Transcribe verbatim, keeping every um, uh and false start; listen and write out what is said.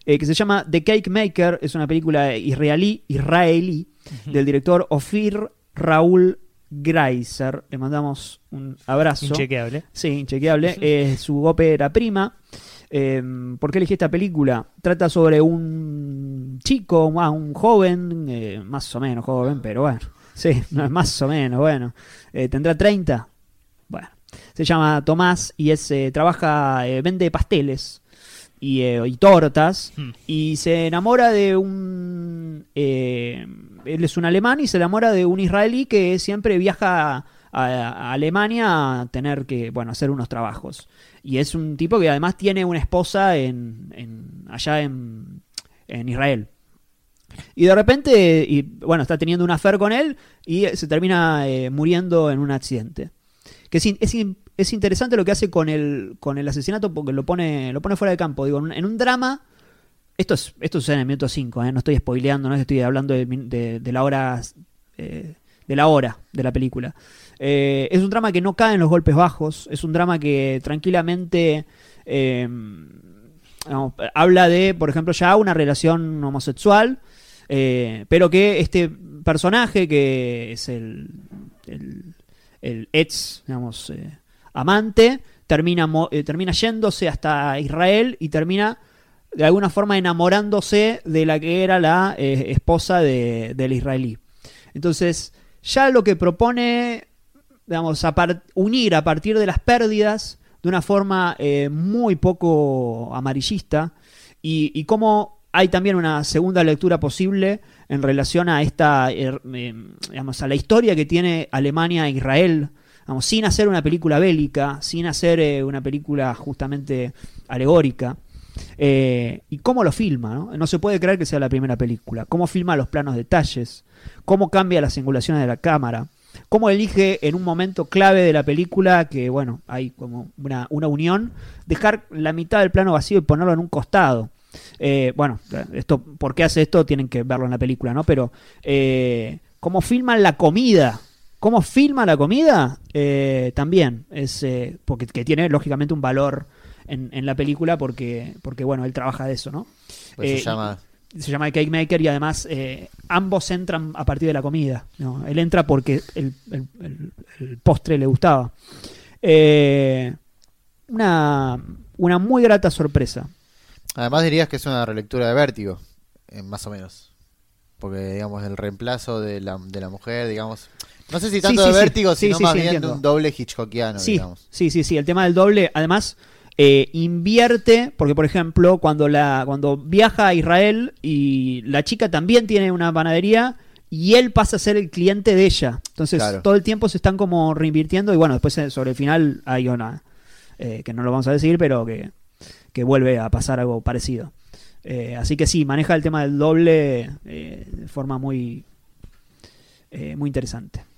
eh, que se llama The Cake Maker. Es una película israelí, israelí uh-huh. del director Ofir Raúl Greiser. Le mandamos un abrazo. Inchequeable. Sí, inchequeable. Es su ópera prima. Eh, ¿Por qué elegí esta película? Trata sobre un chico, un joven, eh, más o menos joven, pero bueno, sí, más o menos, bueno, eh, tendrá treinta. Bueno, se llama Tomás y es, eh, trabaja, eh, vende pasteles y, eh, y tortas hmm. y se enamora de un, eh, él es un alemán y se enamora de un israelí que siempre viaja a, a Alemania a tener que, bueno, hacer unos trabajos. Y es un tipo que además tiene una esposa en, en allá en, en Israel. Y de repente, y, bueno, está teniendo un affair con él y se termina eh, muriendo en un accidente. Que es, es, es interesante lo que hace con el, con el asesinato porque lo pone, lo pone fuera de campo. Digo, en un, en un drama, esto, es, esto sucede en el minuto cinco, ¿eh? No estoy spoileando, no estoy hablando de, de, de la hora eh, de la hora de la película. Eh, es un drama que no cae en los golpes bajos, es un drama que tranquilamente eh, no, habla de, por ejemplo, ya una relación homosexual, eh, pero que este personaje que es el, el, el ex, digamos, eh, amante, termina, eh, termina yéndose hasta Israel y termina de alguna forma enamorándose de la que era la eh, esposa de, del israelí. Entonces, ya lo que propone, digamos, a par- unir a partir de las pérdidas de una forma eh, muy poco amarillista y, y cómo hay también una segunda lectura posible en relación a esta, eh, eh, digamos, a la historia que tiene Alemania e Israel, digamos, sin hacer una película bélica, sin hacer eh, una película justamente alegórica. Eh, y cómo lo filma, ¿no? No se puede creer que sea la primera película. Cómo filma los planos detalles, cómo cambia las angulaciones de la cámara, cómo elige en un momento clave de la película, que bueno, hay como una, una unión, dejar la mitad del plano vacío y ponerlo en un costado. Eh, bueno, esto, ¿por qué hace esto? Tienen que verlo en la película, ¿no? Pero eh, cómo filman la comida, cómo filma la comida, eh, también es eh, porque que tiene lógicamente un valor en, en la película porque, porque bueno, él trabaja de eso, ¿no? Pues eh, se llama... Se llama The Cake Maker y además eh, ambos entran a partir de la comida, ¿no? Él entra porque el, el, el, el postre le gustaba. Eh, una, una muy grata sorpresa. Además dirías que es una relectura de Vértigo, eh, más o menos. Porque, digamos, el reemplazo de la, de la mujer, digamos... No sé si tanto sí, sí, de Vértigo, sí, sino sí, más sí, bien entiendo. de un doble hitchcockiano, sí, digamos. Sí, sí, sí, el tema del doble, además... Eh, invierte, porque por ejemplo cuando la cuando viaja a Israel y la chica también tiene una panadería y él pasa a ser el cliente de ella, entonces claro. Todo el tiempo se están como reinvirtiendo y bueno, después sobre el final hay una eh, que no lo vamos a decir, pero que, que vuelve a pasar algo parecido, eh, así que sí, maneja el tema del doble eh, de forma muy eh, muy interesante.